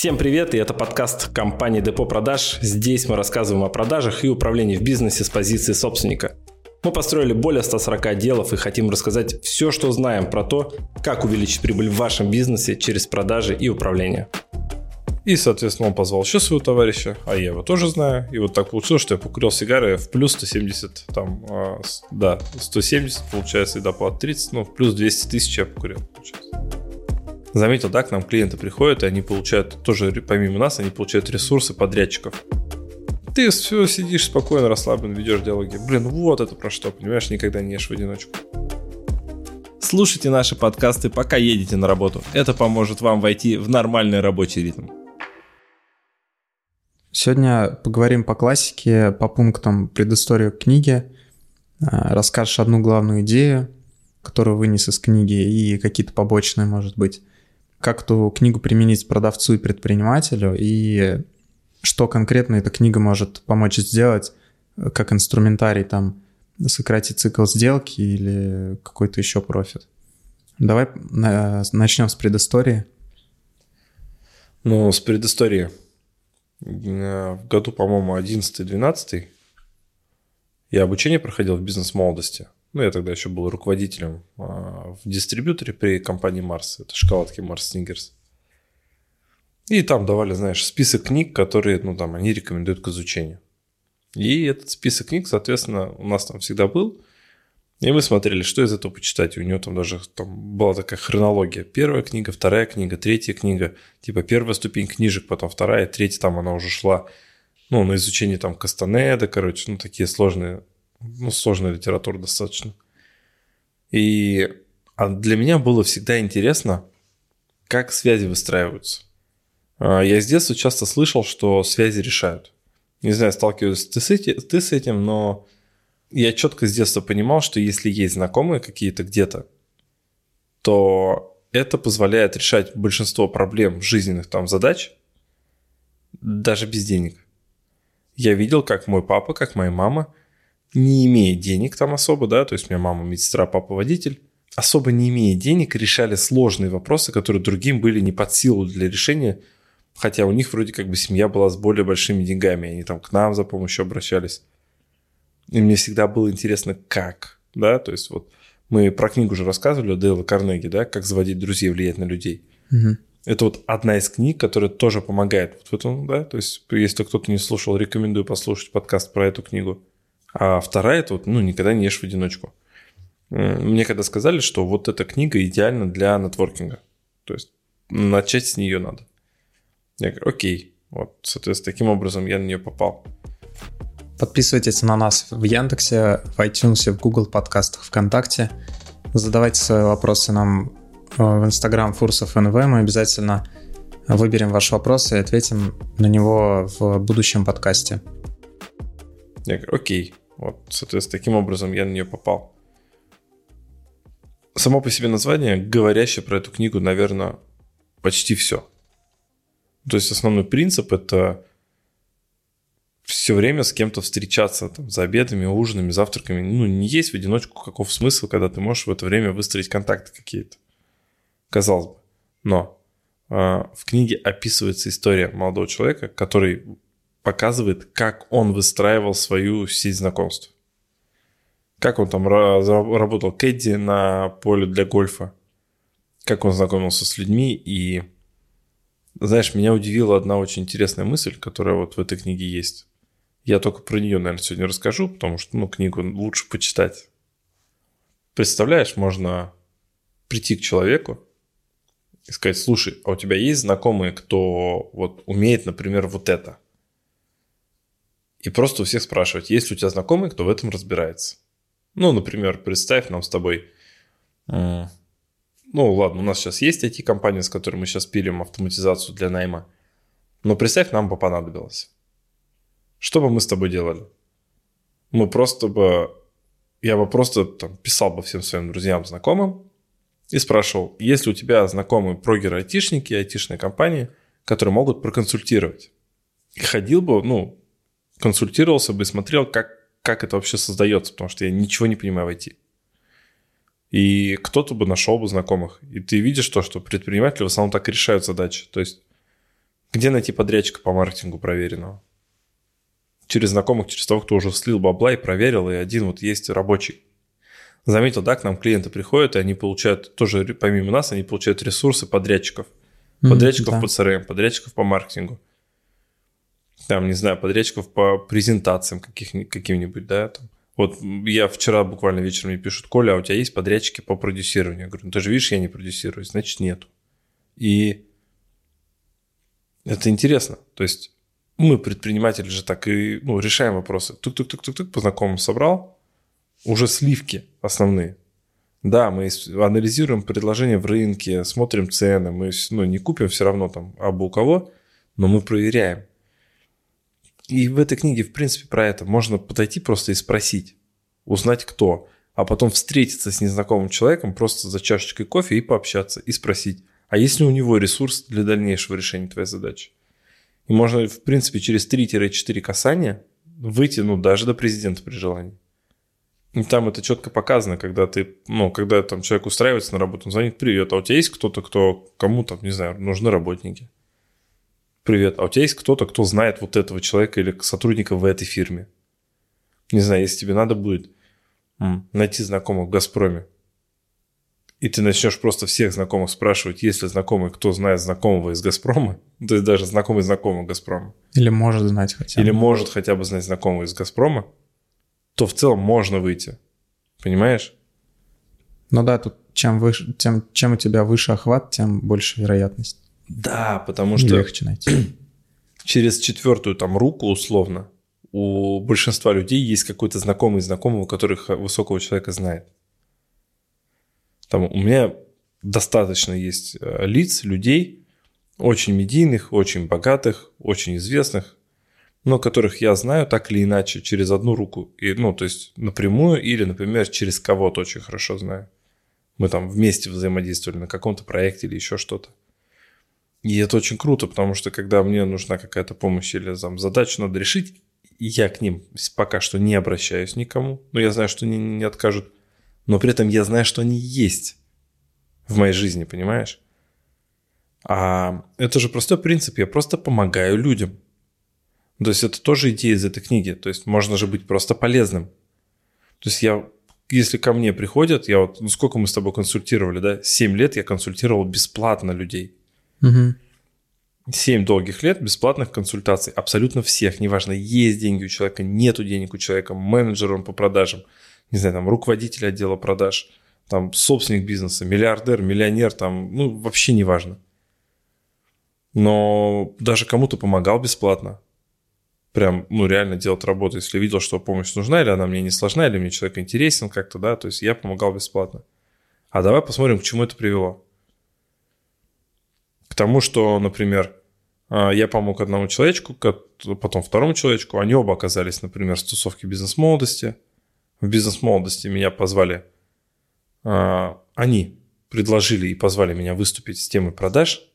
Всем привет, и это подкаст компании Депо Продаж. Здесь мы рассказываем о продажах и управлении в бизнесе с позиции собственника. Мы построили более 140 отделов и хотим рассказать все, что знаем про то, как увеличить прибыль в вашем бизнесе через продажи и управление. И, соответственно, он позвал еще своего товарища, а я его тоже знаю. И вот так получилось, что я покурил сигары в плюс 170, 170 получается, и доплата 30, в плюс 200 тысяч я покурил, получается. Заметил, да, к нам клиенты приходят, и они получают, тоже помимо нас, они получают ресурсы подрядчиков. Ты все сидишь спокойно, расслабленно, ведешь диалоги. Вот это про что, понимаешь, никогда не ешь в одиночку. Слушайте наши подкасты, пока едете на работу. Это поможет вам войти в нормальный рабочий ритм. Сегодня поговорим по классике, по пунктам предысторию книги. Расскажешь одну главную идею, которую вынес из книги, и какие-то побочные, может быть. Как эту книгу применить продавцу и предпринимателю, и что конкретно эта книга может помочь сделать, как инструментарий, сократить цикл сделки или какой-то еще профит. Давай начнем с предыстории. С предыстории. В году, по-моему, 11-12 я обучение проходил в бизнес-молодости. Я тогда еще был руководителем в дистрибьюторе при компании Марс. Это шоколадки Марс Сникерс. И там давали, список книг, которые, они рекомендуют к изучению. И этот список книг, соответственно, у нас там всегда был. И мы смотрели, что из этого почитать. И у него даже была такая хронология. Первая книга, вторая книга, третья книга. Первая ступень книжек, потом вторая, третья, она уже шла, на изучение Кастанеда, такие сложные, сложная литература достаточно. И для меня было всегда интересно, как связи выстраиваются. Я с детства часто слышал, что связи решают. Не знаю, сталкиваешься ты с этим, но я четко с детства понимал, что если есть знакомые какие-то где-то, то это позволяет решать большинство проблем жизненных задач даже без денег. Я видел, как мой папа, как моя мама, не имея денег особо, то есть у меня мама медсестра, папа водитель, особо не имея денег, решали сложные вопросы, которые другим были не под силу для решения, хотя у них вроде семья была с более большими деньгами, они к нам за помощью обращались. И мне всегда было интересно, как, то есть мы про книгу уже рассказывали, Дейла Карнеги, как заводить друзей, влиять на людей. Угу. Это одна из книг, которая тоже помогает в этом, то есть если кто-то не слушал, рекомендую послушать подкаст про эту книгу. А вторая – это «Никогда не ешь в одиночку». Мне когда сказали, что эта книга идеальна для нетворкинга, то есть начать с нее надо. Я говорю, окей, соответственно, таким образом я на нее попал. Подписывайтесь на нас в Яндексе, в iTunes, в Google подкастах, ВКонтакте. Задавайте свои вопросы нам в Instagram Фурсов НВ. Мы обязательно выберем ваш вопрос и ответим на него в будущем подкасте. Я говорю, окей. Соответственно, таким образом я на нее попал. Само по себе название, говорящее про эту книгу, наверное, почти все. То есть основной принцип – это все время с кем-то встречаться за обедами, ужинами, завтраками. Не есть в одиночку, каков смысл, когда ты можешь в это время выстроить контакты какие-то. Казалось бы. Но в книге описывается история молодого человека, который показывает, как он выстраивал свою сеть знакомств. Как он работал кэдди на поле для гольфа. Как он знакомился с людьми. И, меня удивила одна очень интересная мысль, которая в этой книге есть. Я только про нее, наверное, сегодня расскажу, потому что, книгу лучше почитать. Представляешь, можно прийти к человеку и сказать, слушай, а у тебя есть знакомые, кто умеет, например, это? И просто у всех спрашивать, есть ли у тебя знакомый, кто в этом разбирается. Например, представь нам с тобой, ладно, у нас сейчас есть IT-компания, с которой мы сейчас пилим автоматизацию для найма, но представь, нам бы понадобилось. Что бы мы с тобой делали? Я бы просто писал бы всем своим друзьям, знакомым и спрашивал, есть ли у тебя знакомые прогеры-айтишники, айтишные компании, которые могут проконсультировать. И ходил бы, консультировался бы и смотрел, как это вообще создается, потому что я ничего не понимаю в IT. И кто-то бы нашел бы знакомых. И ты видишь то, что предприниматели в основном так и решают задачи. То есть Где найти подрядчика по маркетингу проверенного? Через знакомых, через того, кто уже слил бабла и проверил, и один вот есть рабочий. Заметил, да, к нам клиенты приходят, и они получают, тоже помимо нас, они получают ресурсы подрядчиков. Подрядчиков по CRM, подрядчиков по маркетингу. Там, не знаю, подрядчиков по презентациям каким-нибудь, да, там. Вот я вчера буквально вечером мне пишут: Коля, а у тебя есть подрядчики по продюсированию? Я говорю: ну ты же видишь, я не продюсирую, значит нету. И это интересно. То есть мы, предприниматели же, так и решаем вопросы. Тук-тук-тук-тук-тук, по знакомым собрал, уже сливки основные. Да, мы анализируем предложения в рынке, смотрим цены, мы не купим все равно там абы у кого, но мы проверяем. И в этой книге, в принципе, про это. Можно подойти просто и спросить, узнать кто, а потом встретиться с незнакомым человеком просто за чашечкой кофе и пообщаться, и спросить, а есть ли у него ресурс для дальнейшего решения твоей задачи. И можно, в принципе, через 3-4 касания выйти, даже до президента при желании. И там это четко показано, когда когда там человек устраивается на работу, он звонит: привет, а у тебя есть кто-то, кому там, не знаю, нужны работники? Привет, а у тебя есть кто-то, кто знает вот этого человека или сотрудника в этой фирме? Не знаю, если тебе надо будет найти знакомых в «Газпроме», и ты начнешь просто всех знакомых спрашивать, есть ли знакомый, кто знает знакомого из «Газпрома», то есть даже знакомый знакомого «Газпрома». Или может знать хотя бы. Или может хотя бы знать знакомого из «Газпрома», то в целом можно выйти. Понимаешь? Ну да, тут чем у тебя выше охват, тем больше вероятность. Да, потому что легче найти. Через 4-ю там руку, условно, у большинства людей есть какой-то знакомый знакомого, который высокого человека знает. Там у меня достаточно есть лиц, людей, очень медийных, очень богатых, очень известных, но которых я знаю так или иначе через одну руку. И, то есть напрямую или, например, через кого-то очень хорошо знаю. Мы там вместе взаимодействовали на каком-то проекте или еще что-то. И это очень круто, потому что когда мне нужна какая-то помощь или задачу надо решить, я к ним пока что не обращаюсь никому. Но я знаю, что они не откажут. Но при этом я знаю, что они есть в моей жизни, понимаешь? А это же простой принцип. Я просто помогаю людям. То есть это тоже идея из этой книги. То есть можно же быть просто полезным. То есть если ко мне приходят, сколько мы с тобой консультировали, да? 7 лет я консультировал бесплатно людей. 7 долгих лет бесплатных консультаций. Абсолютно всех. Неважно, есть деньги у человека, нету денег у человека, менеджер он по продажам, не знаю, там руководитель отдела продаж, там собственник бизнеса, миллиардер, миллионер, там, вообще не важно. Но даже кому-то помогал бесплатно. Прям, реально делать работу, если видел, что помощь нужна, или она мне не сложна, или мне человек интересен как-то, да, то есть я помогал бесплатно. А давай посмотрим, к чему это привело. К тому, что, например, я помог одному человечку, потом второму человечку, они оба оказались, например, в тусовке бизнес-молодости. В бизнес-молодости меня позвали, они предложили и позвали меня выступить с темой продаж.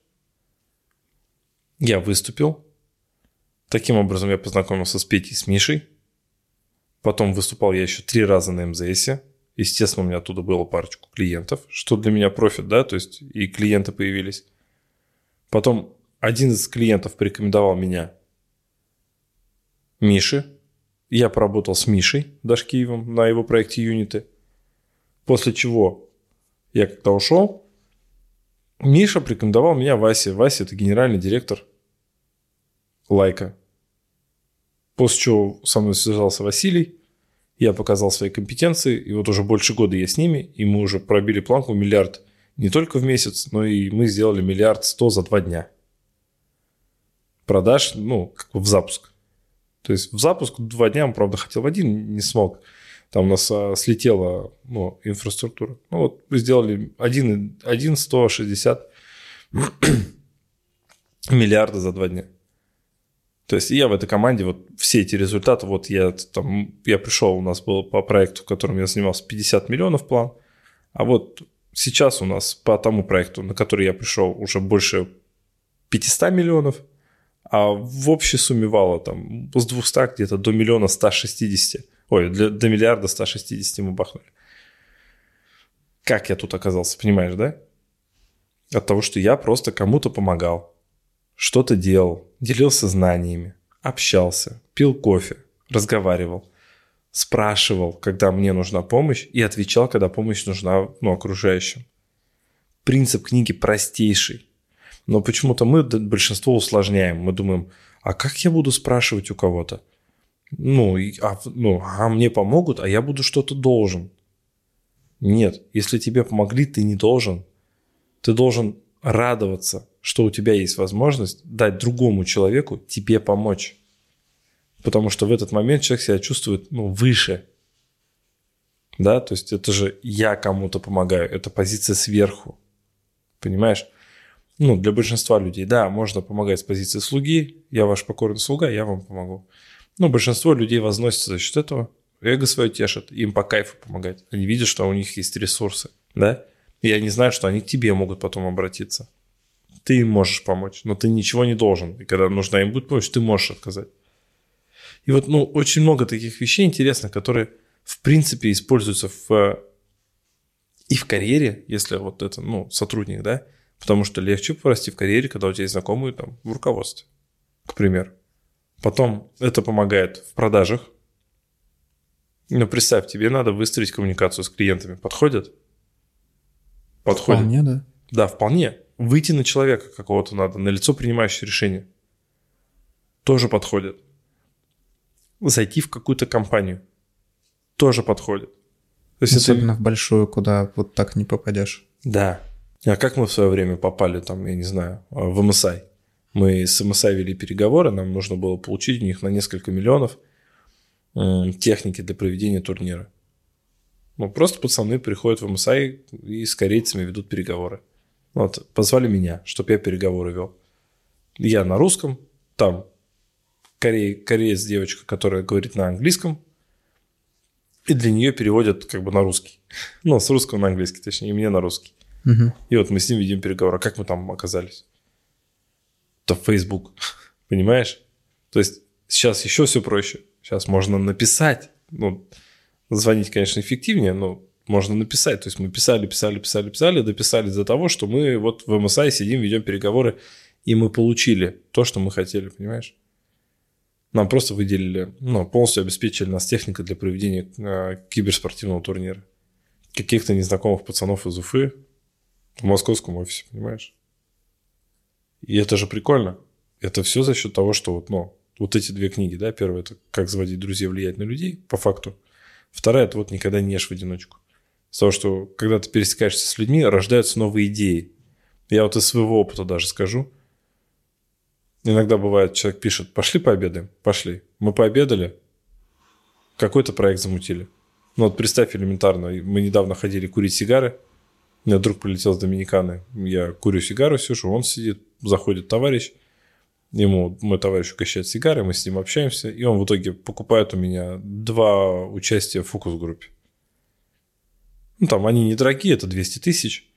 Я выступил. Таким образом я познакомился с Петей и с Мишей. Потом выступал я еще 3 раза на МЗСе. Естественно, у меня оттуда было парочку клиентов, что для меня профит, да, то есть и клиенты появились. Потом один из клиентов порекомендовал меня Мише. Я поработал с Мишей Дашкиевым на его проекте «Юниты». После чего я когда ушел, Миша порекомендовал меня Васе. Вася – это генеральный директор Лайка. После чего со мной связался Василий, я показал свои компетенции, и вот уже больше года я с ними, и мы уже пробили планку 1 миллиард не только в месяц, но и мы сделали 1 100 000 000 за 2 дня. Продаж, в запуск. То есть в запуск 2 дня, он, правда, хотел в 1, не смог. Там у нас слетела инфраструктура. Мы сделали 1,160 миллиарда за 2 дня. То есть я в этой команде, все эти результаты, я пришел, у нас был по проекту, в котором я занимался, 50 миллионов план, а сейчас у нас по тому проекту, на который я пришел, уже больше 500 миллионов, а в общей сумме вала там с 200 где-то до 1 160 000 000. До 1 160 000 000 мы бахнули. Как я тут оказался, понимаешь, да? От того, что я просто кому-то помогал. что-то делал, делился знаниями, общался, пил кофе, разговаривал, спрашивал, когда мне нужна помощь, и отвечал, когда помощь нужна окружающим. Принцип книги простейший. Но почему-то мы большинство усложняем. Мы думаем, а как я буду спрашивать у кого-то? А мне помогут, а я буду что-то должен. Нет, если тебе помогли, ты не должен. Ты должен радоваться, что у тебя есть возможность дать другому человеку тебе помочь. Потому что в этот момент человек себя чувствует выше. Да, то есть это же я кому-то помогаю, это позиция сверху. Понимаешь? Для большинства людей, да, можно помогать с позиции слуги, я ваш покорный слуга, я вам помогу. Но большинство людей возносится за счет этого, эго свое тешит, им по кайфу помогать. Они видят, что у них есть ресурсы, да, и они знают, что они к тебе могут потом обратиться. Ты им можешь помочь, но ты ничего не должен. И когда нужна им будет помощь, ты можешь отказать. И вот, очень много таких вещей интересных, которые, в принципе, используются и в карьере, если вот это, сотрудник, да, потому что легче порасти в карьере, когда у тебя есть знакомые там в руководстве, к примеру. Потом это помогает в продажах. Представь, тебе надо выстроить коммуникацию с клиентами. Подходит? Подходит. Вполне, да. Да, вполне. Выйти на человека какого-то надо, на лицо принимающее решение. Тоже подходит. Зайти в какую-то компанию. Тоже подходит. То есть особенно в большую, куда вот так не попадешь. Да. А как мы в свое время попали там, я не знаю, в MSI? Мы с MSI вели переговоры, нам нужно было получить у них на несколько миллионов техники для проведения турнира. Просто пацаны приходят в MSI и с корейцами ведут переговоры. Позвали меня, чтобы я переговоры вел. Я на русском, там кореец девочка, которая говорит на английском, и для нее переводят на русский. С русского на английский, точнее, и мне на русский. Угу. И вот мы с ним ведем переговоры. А как мы там оказались? Это Facebook, понимаешь? То есть сейчас еще все проще. Сейчас можно написать. Звонить, конечно, эффективнее, но можно написать. То есть мы писали, дописались до того, что мы вот в MSI сидим, ведем переговоры, и мы получили то, что мы хотели, понимаешь? Нам просто выделили, полностью обеспечили нас техникой для проведения киберспортивного турнира. Каких-то незнакомых пацанов из Уфы в московском офисе, понимаешь? И это же прикольно. Это все за счет того, что вот эти две книги, да, первая – это «Как заводить друзей, влиять на людей», по факту. Вторая – это вот «Никогда не ешь в одиночку». С того, что когда ты пересекаешься с людьми, рождаются новые идеи. Я вот из своего опыта даже скажу. Иногда бывает, человек пишет: пошли пообедаем. Пошли. Мы пообедали, какой-то проект замутили. Представь элементарно, мы недавно ходили курить сигары. У меня друг прилетел с Доминиканы. Я курю сигару, сижу, он сидит, заходит товарищ. Ему мой товарищ угощает сигары, мы с ним общаемся. И он в итоге покупает у меня 2 участия в фокус-группе. Там они недорогие, это 200 тысяч.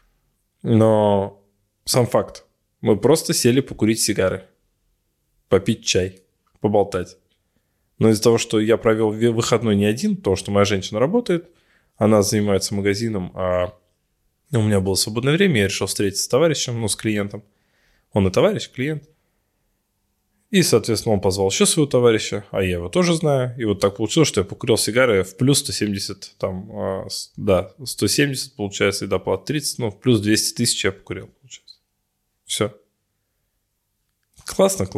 Но сам факт. Мы просто сели покурить сигары, попить чай, поболтать. Но из-за того, что я провел выходной не один, потому что моя женщина работает, она занимается магазином, а у меня было свободное время, я решил встретиться с товарищем, с клиентом. Он и товарищ, клиент. И, соответственно, он позвал еще своего товарища, а я его тоже знаю. И вот так получилось, что я покурил сигары в плюс 170, 170 получается, и доплата 30, в плюс 200 тысяч я покурил, получается. Все. Классно.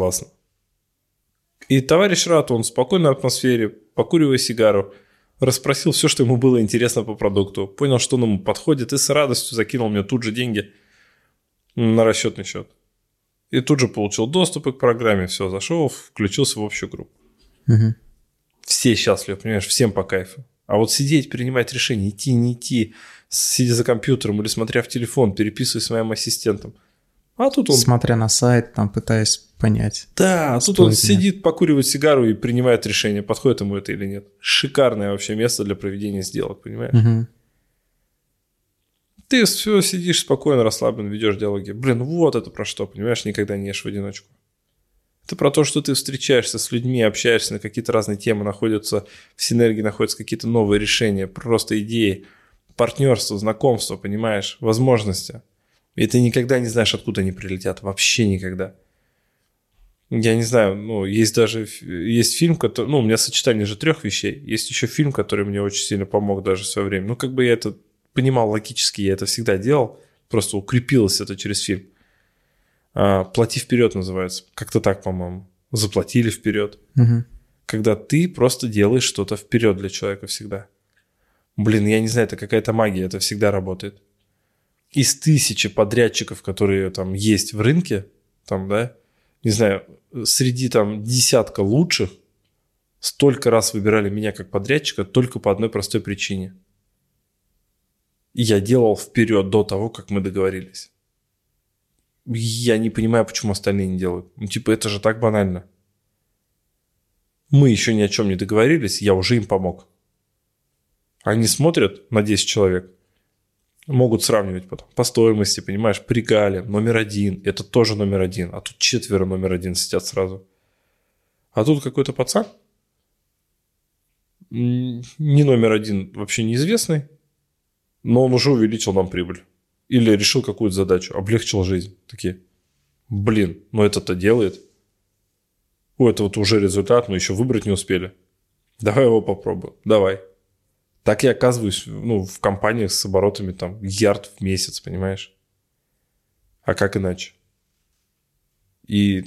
И товарищ рад, он в спокойной атмосфере, покуривая сигару, расспросил все, что ему было интересно по продукту, понял, что он ему подходит, и с радостью закинул мне тут же деньги на расчетный счет. И тут же получил доступ к программе, все, зашел, включился в общую группу. Угу. Все счастливы, понимаешь, всем по кайфу. А вот сидеть, принимать решения, идти, не идти, сидя за компьютером или смотря в телефон, переписываясь с моим ассистентом. А тут он... Смотря на сайт, пытаясь понять. Да, а тут он сидит, покуривает сигару и принимает решение, подходит ему это или нет. Шикарное вообще место для проведения сделок, понимаешь? Угу. Ты все сидишь спокойно, расслабленно, ведешь диалоги. Вот это про что, понимаешь, никогда не ешь в одиночку. Это про то, что ты встречаешься с людьми, общаешься на какие-то разные темы, находятся в синергии, находятся какие-то новые решения, просто идеи, партнерство, знакомство, понимаешь, возможности. И ты никогда не знаешь, откуда они прилетят, вообще никогда. Я не знаю, есть фильм, который... у меня сочетание же 3 вещей. Есть еще фильм, который мне очень сильно помог даже в свое время. Я это понимал логически, я это всегда делал. Просто укрепилось это через фильм. «Плати вперед» называется. Как-то так, по-моему. Заплатили вперед. Угу. Когда ты просто делаешь что-то вперед для человека всегда. Я не знаю, это какая-то магия, это всегда работает. Из 1000 подрядчиков, которые там есть в рынке, там, да, не знаю, среди там десятка лучших столько раз выбирали меня как подрядчика только по одной простой причине. И я делал вперед до того, как мы договорились. Я не понимаю, почему остальные не делают. Это же так банально. Мы еще ни о чем не договорились, я уже им помог. Они смотрят на 10 человек, могут сравнивать потом по стоимости, понимаешь, при гале, номер 1, это тоже номер 1, а тут 4 номер 1 сидят сразу. А тут какой-то пацан, не номер 1, вообще неизвестный, но он уже увеличил нам прибыль. Или решил какую-то задачу, облегчил жизнь. Такие, это-то делает. Это уже результат, но еще выбрать не успели. Давай его попробуем, давай. Так я оказываюсь в компаниях с оборотами там ярд в месяц, понимаешь? А как иначе? И,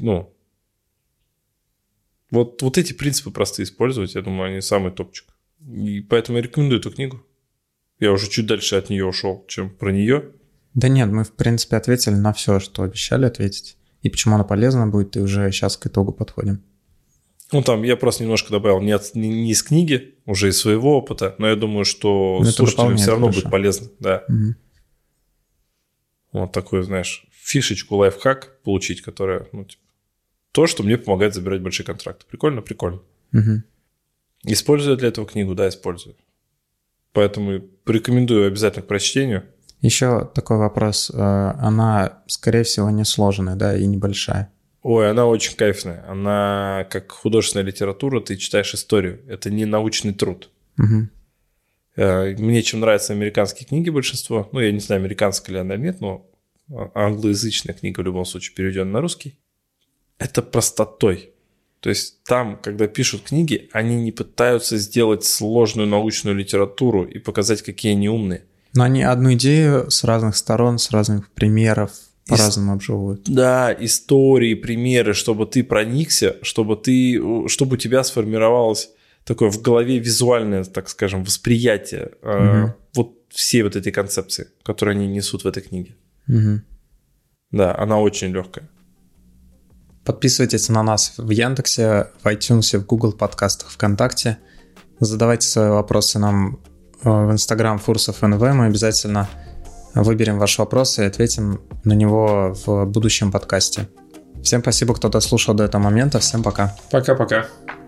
вот эти принципы простые использовать, я думаю, они самый топчик. И поэтому я рекомендую эту книгу. Я уже чуть дальше от нее ушел, чем про нее. Да нет, мы, в принципе, ответили на все, что обещали ответить. И почему она полезна будет, и уже сейчас к итогу подходим. Там я просто немножко добавил не из книги, уже из своего опыта, но я думаю, что слушателям все равно будет полезно. Да. Угу. Вот такую, знаешь, фишечку, лайфхак получить, которая, то, что мне помогает забирать большие контракты. Прикольно? Прикольно. Угу. Использую для этого книгу? Да, использую. Поэтому порекомендую обязательно к прочтению. Еще такой вопрос. Она, скорее всего, не сложная, да, и небольшая. Ой, она очень кайфная. Она как художественная литература, ты читаешь историю. Это не научный труд. Угу. Мне чем нравятся американские книги большинство. Я не знаю, американская ли она или нет, но англоязычная книга в любом случае переведена на русский. Это простотой. То есть там, когда пишут книги, они не пытаются сделать сложную научную литературу и показать, какие они умные. Но они одну идею с разных сторон, с разных примеров по-разному обжевывают. Да, истории, примеры, чтобы ты проникся, чтобы у тебя сформировалось такое в голове визуальное, так скажем, восприятие всей вот этой концепции, которую они несут в этой книге. Угу. Да, она очень легкая. Подписывайтесь на нас в Яндексе, в iTunes, в Google подкастах, ВКонтакте. Задавайте свои вопросы нам в Instagram Фурсов НВ. Мы обязательно выберем ваш вопрос и ответим на него в будущем подкасте. Всем спасибо, кто дослушал до этого момента. Всем пока. Пока-пока.